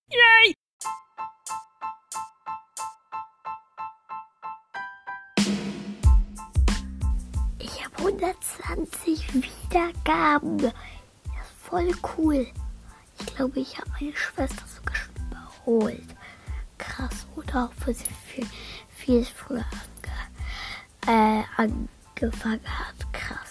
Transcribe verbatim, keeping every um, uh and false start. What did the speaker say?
Yay! Ich habe hundertzwanzig Wiedergaben. Das ist voll cool. Ich glaube, ich habe meine Schwester sogar schon überholt. Krass, oder auch für sie viel, viel früher ange, äh, angefangen hat. Krass.